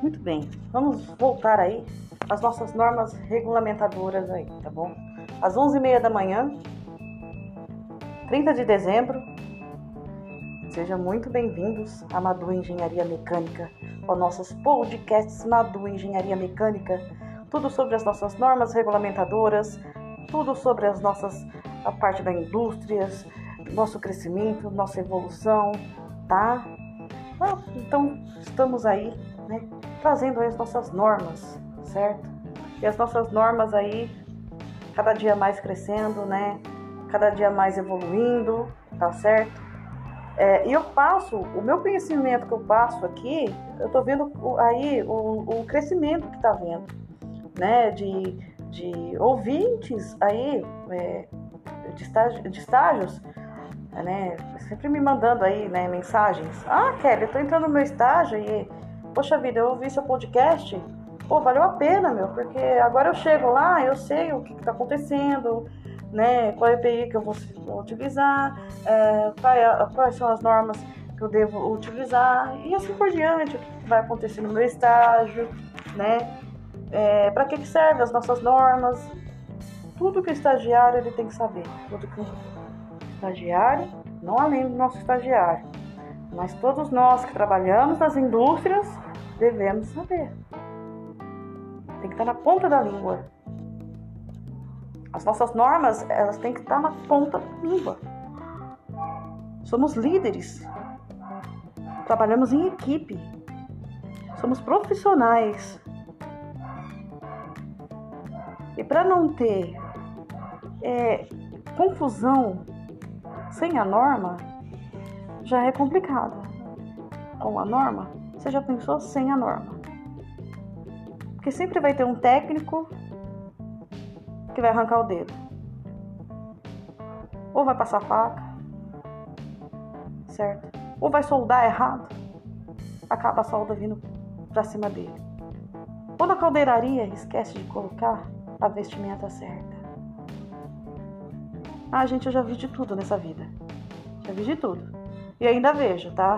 Muito bem, vamos voltar aí às nossas normas regulamentadoras aí, tá bom? Às 11h30 da manhã, 30 de dezembro, sejam muito bem-vindos à Madu Engenharia Mecânica, aos nossos podcasts Madu Engenharia Mecânica, tudo sobre as nossas normas regulamentadoras, tudo sobre a parte da indústria, nosso crescimento, nossa evolução, tá? Então, estamos aí, né, trazendo aí as nossas normas, certo? E as nossas normas aí, cada dia mais crescendo, né? Cada dia mais evoluindo, tá certo? E eu passo, o meu conhecimento que eu passo aqui, eu tô vendo aí o crescimento que tá vendo, né? De ouvintes aí, de estágios, né, sempre me mandando aí, né, mensagens. Kelly, eu tô entrando no meu estágio e, poxa vida, eu ouvi seu podcast, valeu a pena, porque agora eu chego lá, eu sei o que tá acontecendo, né, qual é a EPI que eu vou utilizar, quais são as normas que eu devo utilizar e assim por diante, o que vai acontecer no meu estágio, né, para que servem as nossas normas, tudo que o estagiário ele tem que saber, tudo que estagiário, não além do nosso estagiário, mas todos nós que trabalhamos nas indústrias devemos saber. Tem que estar na ponta da língua. As nossas normas, elas têm que estar na ponta da língua. Somos líderes. Trabalhamos em equipe. Somos profissionais. E para não ter confusão sem a norma, já é complicado. Com a norma, você já pensou sem a norma? Porque sempre vai ter um técnico que vai arrancar o dedo. Ou vai passar faca, certo? Ou vai soldar errado, acaba a solda vindo pra cima dele. Ou na caldeiraria, esquece de colocar a vestimenta certa. Gente, eu já vi de tudo nessa vida. Já vi de tudo. E ainda vejo, tá?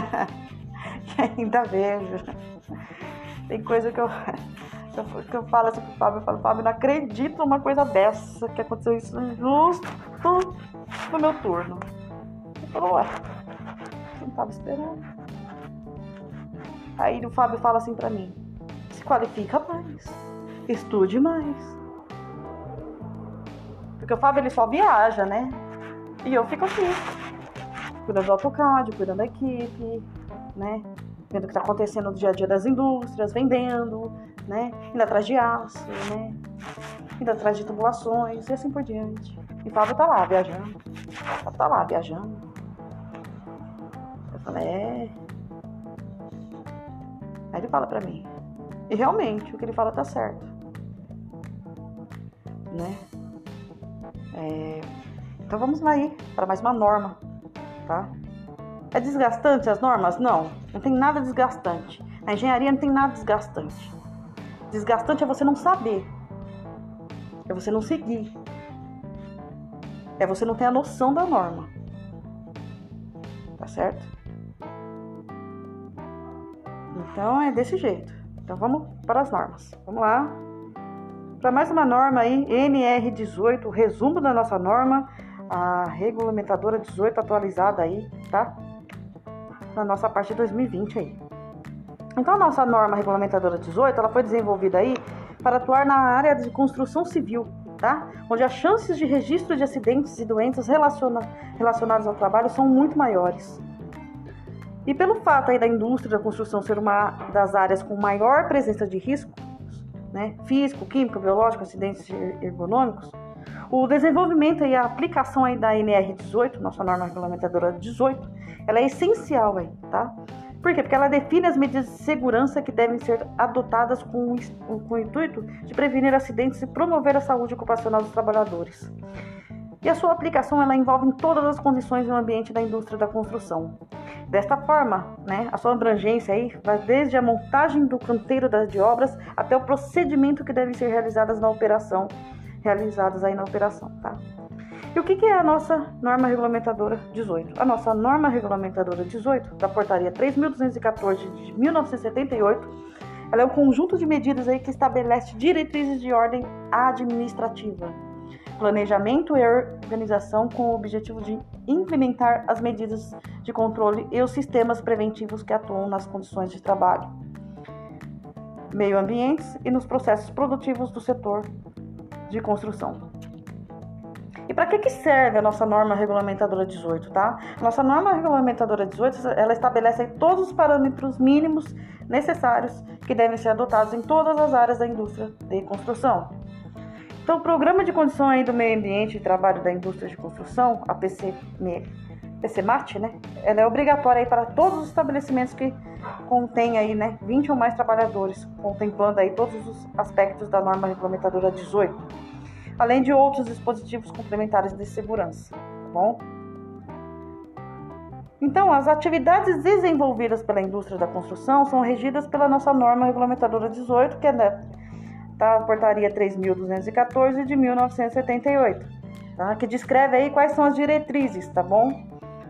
Ainda vejo. Tem coisa que eu falo assim pro Fábio. Eu falo, Fábio, não acredito numa coisa dessa, que aconteceu isso justo no meu turno. Eu falo, não tava esperando. Aí o Fábio fala assim pra mim, se qualifica mais, estude mais. Porque o Fábio, ele só viaja, né? E eu fico aqui, cuidando do AutoCAD, cuidando da equipe, né? Vendo o que tá acontecendo no dia a dia das indústrias, vendendo, né? Indo atrás de aço, né? Indo atrás de tubulações e assim por diante. E o Fábio tá lá, viajando. Eu falei, Aí ele fala pra mim. E realmente, o que ele fala tá certo. Né? Então vamos lá aí para mais uma norma, tá? É desgastante as normas? Não tem nada desgastante. Na engenharia não tem nada desgastante. Desgastante é você não saber, é você não seguir, é você não ter a noção da norma, tá certo? Então é desse jeito. Então vamos para as normas. Vamos lá. Para mais uma norma aí, NR18, o resumo da nossa norma, a regulamentadora 18 atualizada aí, tá? Na nossa parte de 2020 aí. Então a nossa norma regulamentadora 18, ela foi desenvolvida aí para atuar na área de construção civil, tá? Onde as chances de registro de acidentes e doenças relacionadas ao trabalho são muito maiores. E pelo fato aí da indústria da construção ser uma das áreas com maior presença de risco, né, físico, químico, biológico, acidentes ergonômicos, o desenvolvimento e a aplicação aí da NR18, nossa norma regulamentadora 18, ela é essencial aí, tá? Por quê? Porque ela define as medidas de segurança que devem ser adotadas com o intuito de prevenir acidentes e promover a saúde ocupacional dos trabalhadores. E a sua aplicação, ela envolve em todas as condições do ambiente da indústria da construção. Desta forma, né, a sua abrangência aí vai desde a montagem do canteiro de obras até o procedimento que devem ser realizados na operação, tá? E o que é a nossa norma regulamentadora 18? A nossa norma regulamentadora 18, da portaria 3.214 de 1978, Ela é um conjunto de medidas aí que estabelece diretrizes de ordem administrativa, planejamento e organização com o objetivo de implementar as medidas de controle e os sistemas preventivos que atuam nas condições de trabalho, meio ambientes e nos processos produtivos do setor de construção. E para que serve a nossa norma regulamentadora 18, tá? Nossa norma regulamentadora 18, ela estabelece todos os parâmetros mínimos necessários que devem ser adotados em todas as áreas da indústria de construção. Então, o Programa de Condição aí do Meio Ambiente e Trabalho da Indústria de Construção, a PCMAT, né? Ela é obrigatória aí para todos os estabelecimentos que contêm aí, né, 20 ou mais trabalhadores, contemplando aí todos os aspectos da norma regulamentadora 18, além de outros dispositivos complementares de segurança, tá bom? Então, as atividades desenvolvidas pela indústria da construção são regidas pela nossa norma regulamentadora 18, que é da Portaria 3.214 de 1978, tá? Que descreve aí quais são as diretrizes, tá bom?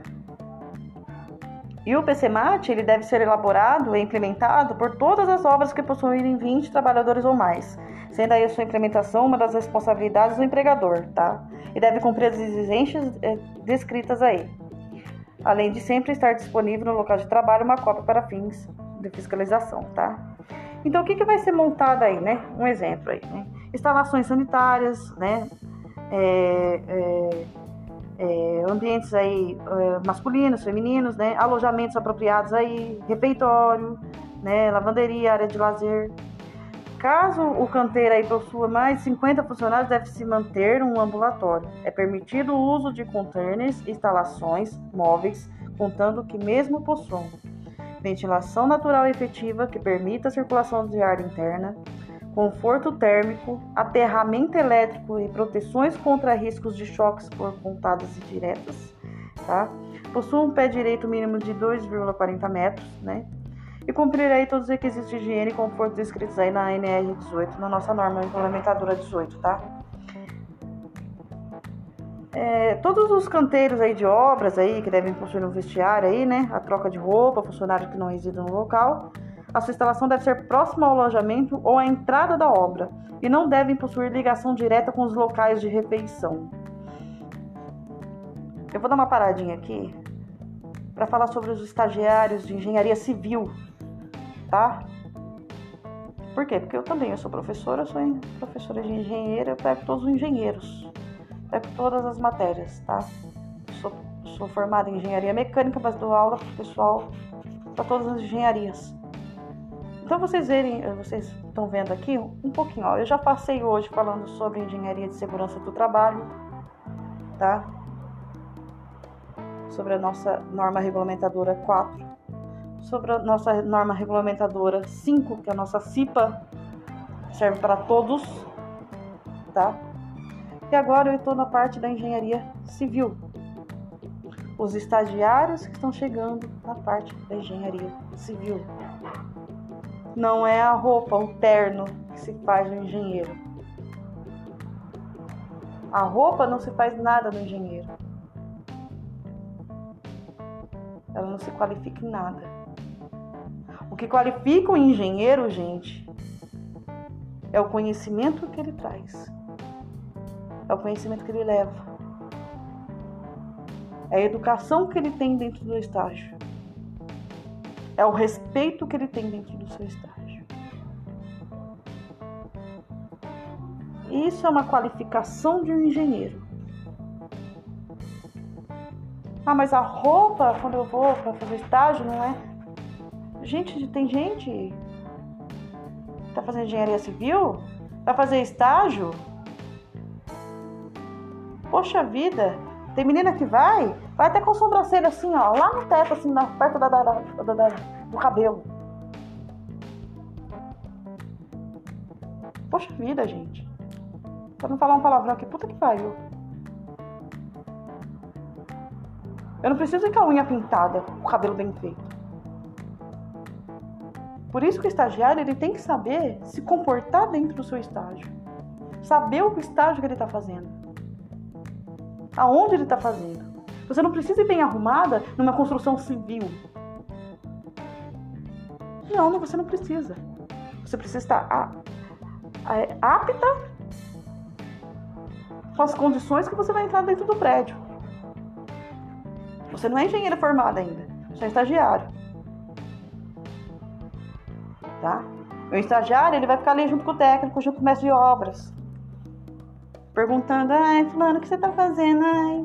E o PCMAT, ele deve ser elaborado e implementado por todas as obras que possuírem 20 trabalhadores ou mais, sendo aí a sua implementação uma das responsabilidades do empregador, tá? E deve cumprir as exigências descritas aí, além de sempre estar disponível no local de trabalho uma cópia para fins de fiscalização, tá? Então, o que vai ser montado aí, né? Um exemplo aí, né? Instalações sanitárias, né? Ambientes aí masculinos, femininos, né? Alojamentos apropriados aí, refeitório, né? Lavanderia, área de lazer. Caso o canteiro aí possua mais de 50 funcionários, deve-se manter um ambulatório. É permitido o uso de containers, instalações móveis, contando que mesmo possuam ventilação natural efetiva que permita a circulação de ar interna, conforto térmico, aterramento elétrico e proteções contra riscos de choques por pontadas diretas, tá? Possui um pé direito mínimo de 2,40 metros, né? E cumprir aí todos os requisitos de higiene e conforto descritos aí na NR 18, na nossa norma regulamentadora 18, tá? Todos os canteiros aí de obras aí que devem possuir um vestiário aí, né? A troca de roupa, funcionários que não residam no local. A sua instalação deve ser próxima ao alojamento ou à entrada da obra e não devem possuir ligação direta com os locais de refeição. Eu vou dar uma paradinha aqui para falar sobre os estagiários de engenharia civil, tá? Por quê? Porque eu sou professora, sou professora de engenheiro, eu pego todos os engenheiros, pego todas as matérias, tá? Sou formada em engenharia mecânica, mas dou aula pro pessoal para todas as engenharias. Então vocês estão vendo aqui um pouquinho, ó. Eu já passei hoje falando sobre engenharia de segurança do trabalho, tá? Sobre a nossa norma regulamentadora 4, sobre a nossa norma regulamentadora 5, que é a nossa CIPA, serve para todos, tá? E agora eu estou na parte da engenharia civil. Os estagiários que estão chegando na parte da engenharia civil. Não é a roupa, o terno que se faz no engenheiro. A roupa não se faz nada no engenheiro. Ela não se qualifica em nada. O que qualifica o engenheiro, gente, é o conhecimento que ele traz. É o conhecimento que ele leva. É a educação que ele tem dentro do estágio. É o respeito que ele tem dentro do seu estágio. Isso é uma qualificação de um engenheiro. Ah, mas a roupa, quando eu vou para fazer estágio, não é? Gente, tem gente que tá fazendo engenharia civil, vai fazer estágio. Poxa vida, tem menina que vai até com sobrancelha assim, ó, lá no teto, assim, perto do cabelo. Poxa vida, gente. Pra não falar um palavrão aqui, puta que pariu. Eu não preciso ir com a unha pintada, o cabelo bem feito. Por isso que o estagiário, ele tem que saber se comportar dentro do seu estágio. Saber o estágio que ele está fazendo. Aonde ele está fazendo. Você não precisa ir bem arrumada numa construção civil. Não, você não precisa. Você precisa estar apta com as condições que você vai entrar dentro do prédio. Você não é engenheira formada ainda, você é estagiário. Tá? O estagiário, ele vai ficar ali junto com o técnico, junto com o mestre de obras, perguntando: ai, fulano, o que você tá fazendo? Ai.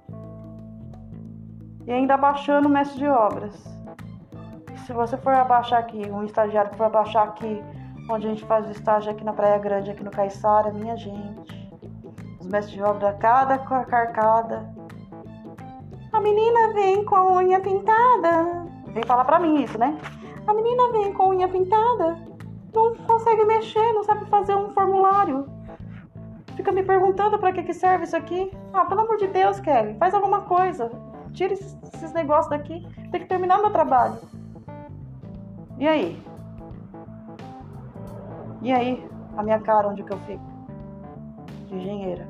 E ainda abaixando o mestre de obras. Se você for abaixar aqui, um estagiário que for abaixar aqui, onde a gente faz o estágio aqui na Praia Grande, aqui no Caiçara, minha gente, os mestres de obra, cada carcada. A menina vem com a unha pintada. Vem falar pra mim isso, né? A menina vem com a unha pintada, não consegue mexer, não sabe fazer um formulário. Fica me perguntando pra que serve isso aqui. Ah, pelo amor de Deus, Kelly, faz alguma coisa. Tira esses negócios daqui. Tem que terminar meu trabalho. E aí? E aí? A minha cara, onde que eu fico? De engenheira.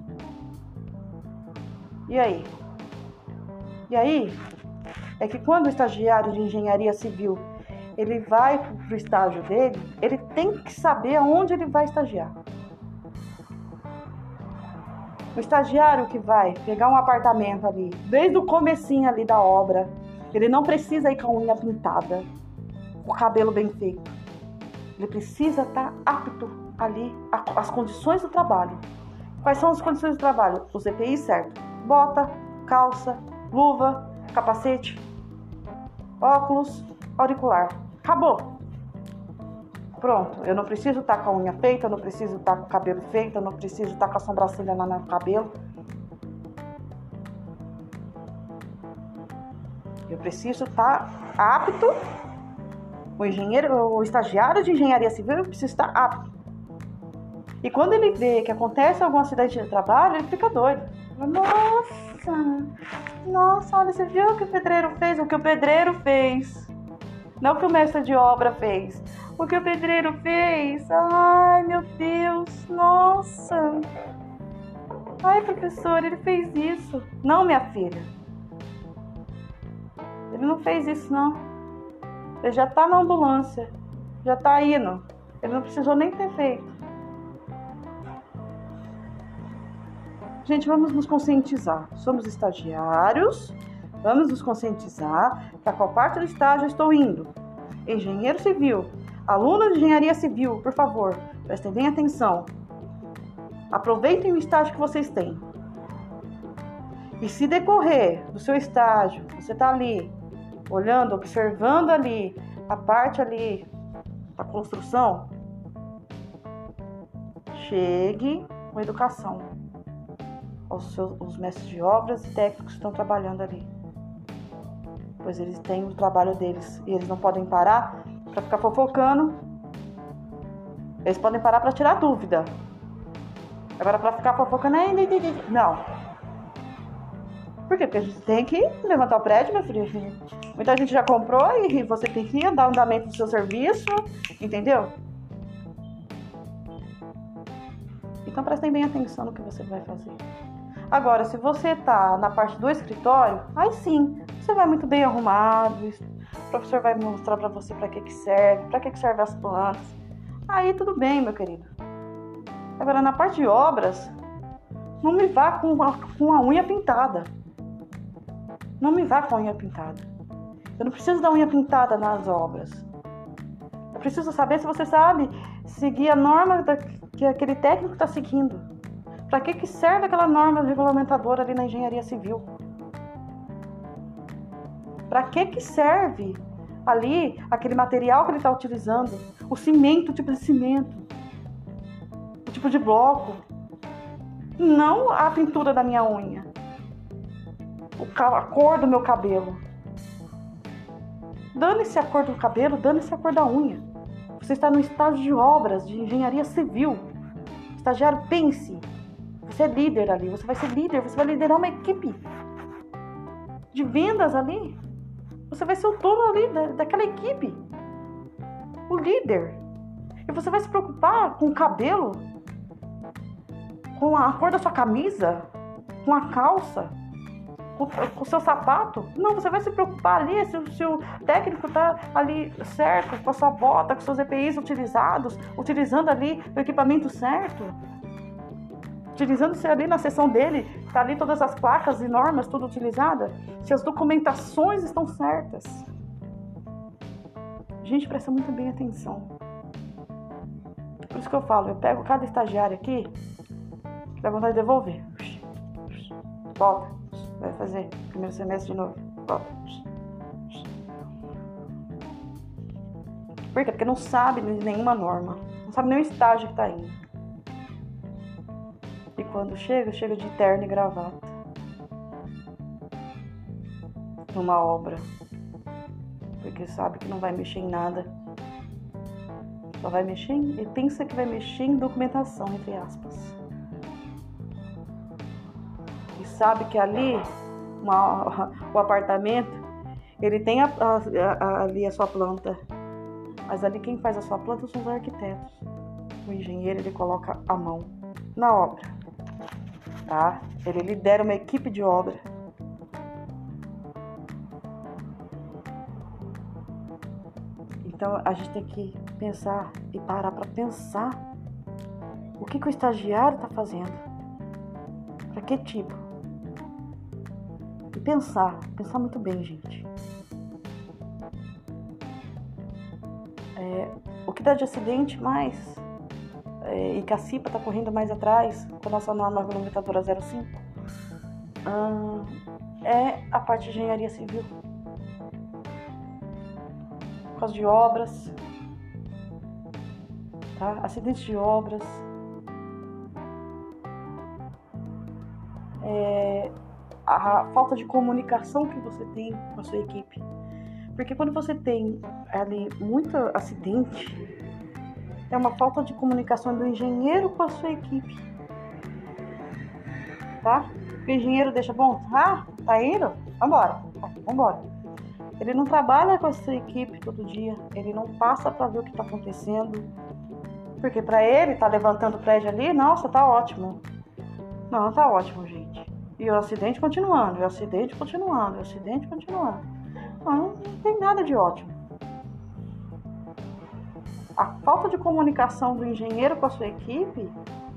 E aí? E aí? É que quando o estagiário de engenharia civil ele vai pro estágio dele, ele tem que saber aonde ele vai estagiar. O estagiário que vai pegar um apartamento ali, desde o comecinho ali da obra, ele não precisa ir com a unha pintada, com o cabelo bem feito. Ele precisa estar apto ali às condições do trabalho. Quais são as condições do trabalho? Os EPIs certo. Bota, calça, luva, capacete, óculos, auricular. Acabou. Pronto. Eu não preciso estar com a unha feita, eu não preciso estar com o cabelo feito, eu não preciso estar com a sobrancelha no cabelo. Eu preciso estar apto. O estagiário de engenharia civil precisa estar apto. E quando ele vê que acontece algum acidente de trabalho, ele fica doido. Nossa, olha, você viu o que o pedreiro fez? O que o pedreiro fez. Não o que o mestre de obra fez. O que o pedreiro fez. Ai, meu Deus, nossa. Ai, professor, ele fez isso. Não, minha filha. Ele não fez isso, não. Ele já tá na ambulância. Já tá indo. Ele não precisou nem ter feito. Gente, vamos nos conscientizar. Somos estagiários. Vamos nos conscientizar para qual parte do estágio eu estou indo. Engenheiro civil, aluno de engenharia civil, por favor, prestem bem atenção. Aproveitem o estágio que vocês têm. E se decorrer do seu estágio, você está ali, olhando, observando ali, a parte ali da construção, chegue com educação aos mestres de obras e técnicos que estão trabalhando ali. Pois eles têm o trabalho deles e eles não podem parar para ficar fofocando. Eles podem parar para tirar dúvida. Agora para ficar fofocando, não. Por quê? Porque a gente tem que levantar o prédio, meu filho. Muita gente já comprou e você tem que dar andamento do seu serviço, entendeu? Então prestem bem atenção no que você vai fazer. Agora, se você tá na parte do escritório, aí sim, você vai muito bem arrumado, o professor vai mostrar pra você pra que serve as plantas. Aí tudo bem, meu querido. Agora, na parte de obras, não me vá com a unha pintada. Não me vá com a unha pintada. Eu não preciso da unha pintada nas obras. Eu preciso saber se você sabe seguir a norma que aquele técnico está seguindo. Para que serve aquela norma regulamentadora ali na engenharia civil? Para que serve ali aquele material que ele está utilizando? O cimento, o tipo de cimento, o tipo de bloco. Não a pintura da minha unha, a cor do meu cabelo. Dane-se a cor do cabelo, dane-se a cor da unha. Você está no estágio de obras, de engenharia civil. Estagiário, pense. Você é líder ali, você vai ser líder, você vai liderar uma equipe de vendas ali. Você vai ser o dono ali daquela equipe. O líder. E você vai se preocupar com o cabelo, com a cor da sua camisa, com a calça. com o seu sapato? Não, você vai se preocupar ali se o técnico está ali certo, com a sua bota, com seus EPIs utilizados, utilizando ali o equipamento certo, utilizando-se ali na seção dele, está ali todas as placas e normas, tudo utilizada, se as documentações estão certas. Gente, presta muito bem atenção. Por isso que eu falo, eu pego cada estagiário aqui, que dá vontade de devolver. Volta, vai fazer primeiro semestre de novo. Volta. Por quê? Porque não sabe nenhuma norma, não sabe nem o estágio que está indo. E quando chega de terno e gravata. Numa obra. Porque sabe que não vai mexer em nada. Só vai mexer e pensa que vai mexer em documentação, entre aspas. E sabe que ali, o apartamento, ele tem ali a sua planta. Mas ali quem faz a sua planta são os arquitetos. O engenheiro, ele coloca a mão na obra. Tá? Ele lidera uma equipe de obra. Então a gente tem que pensar e parar para pensar o que o estagiário está fazendo, para que tipo, e pensar muito bem, gente. O que dá de acidente mais, e que a CIPA está correndo mais atrás com a nossa norma regulamentadora 05, é a parte de engenharia civil. Por causa de obras, tá? Acidentes de obras, a falta de comunicação que você tem com a sua equipe. Porque quando você tem ali muito acidente, é uma falta de comunicação do engenheiro com a sua equipe, tá? O engenheiro deixa, bom, tá indo? Vambora. Ele não trabalha com a sua equipe todo dia, ele não passa para ver o que está acontecendo, porque para ele tá levantando o prédio ali, nossa, tá ótimo. Não tá ótimo, gente. E o acidente continuando. Não tem nada de ótimo. A falta de comunicação do engenheiro com a sua equipe,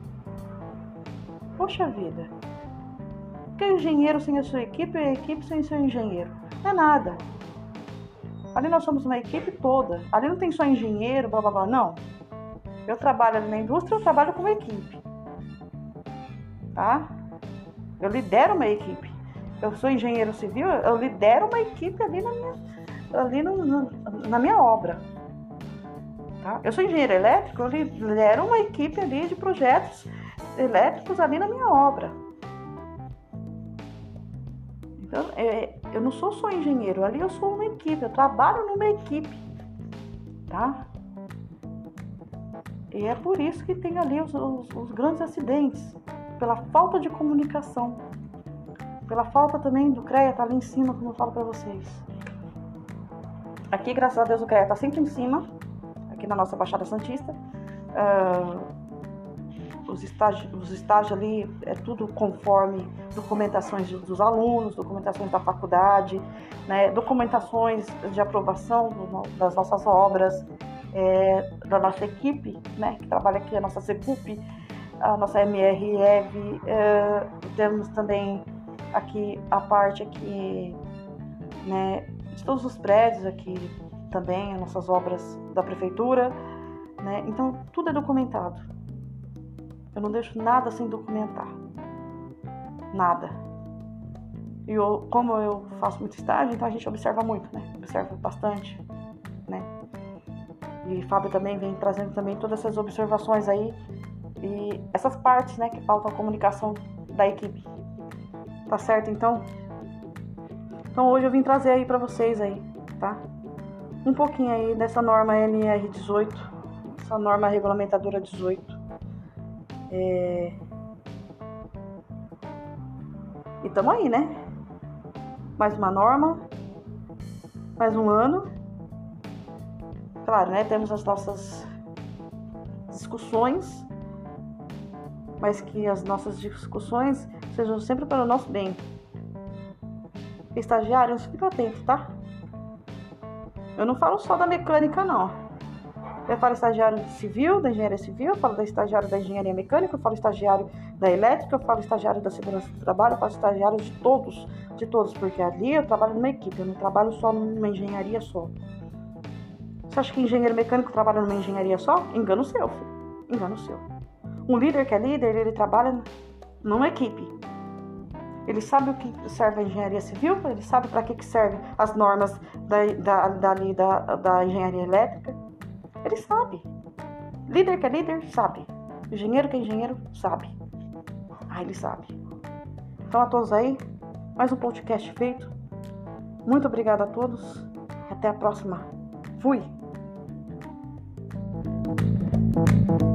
poxa vida. Porque o engenheiro sem a sua equipe e a equipe sem o seu engenheiro? Não é nada. Ali nós somos uma equipe toda. Ali não tem só engenheiro, blá blá blá, não. Eu trabalho ali na indústria, eu trabalho com uma equipe. Tá? Eu lidero uma equipe. Eu sou engenheiro civil, eu lidero uma equipe ali na minha obra. Tá? Eu sou engenheiro elétrico, eu lidero uma equipe ali de projetos elétricos ali na minha obra. Então, eu não sou só engenheiro, ali eu sou uma equipe, eu trabalho numa equipe, tá? E é por isso que tem ali os grandes acidentes, pela falta de comunicação, pela falta também do CREA estar ali em cima, como eu falo para vocês. Aqui, graças a Deus, o CREA está sempre em cima, aqui na nossa Baixada Santista. Os estágios ali é tudo conforme documentações dos alunos, documentações da faculdade, né, documentações de aprovação das nossas obras, da nossa equipe, né, que trabalha aqui, a nossa CECUP, a nossa MREV, temos também aqui a parte aqui, né, de todos os prédios aqui também, as nossas obras da prefeitura, né, então tudo é documentado. Eu não deixo nada sem documentar. Nada. E como eu faço muito estágio, então a gente observa muito, né? Observa bastante, né? E Fábio também vem trazendo também todas essas observações aí. E essas partes, né, que faltam a comunicação da equipe. Tá certo, então? Então hoje eu vim trazer aí pra vocês aí, tá? Um pouquinho aí dessa norma NR18, essa norma regulamentadora 18. E estamos aí, né? Mais uma norma, mais um ano. Claro, né? Temos as nossas discussões, mas que as nossas discussões sejam sempre para o nosso bem, estagiários, fica atento, tá? Eu não falo só da mecânica, não. Eu falo estagiário civil, da engenharia civil, eu falo da estagiário da engenharia mecânica, eu falo estagiário da elétrica, eu falo estagiário da segurança do trabalho, eu falo estagiário de todos, porque ali eu trabalho numa equipe, eu não trabalho só numa engenharia só. Você acha que engenheiro mecânico trabalha numa engenharia só? Engano seu, filho. Engano seu. Um líder que é líder, ele trabalha numa equipe. Ele sabe o que serve a engenharia civil, ele sabe para que serve as normas da engenharia elétrica. Ele sabe. Líder que é líder, sabe. Engenheiro que é engenheiro, sabe. Ele sabe. Então a todos aí, mais um podcast feito. Muito obrigada a todos. Até a próxima. Fui!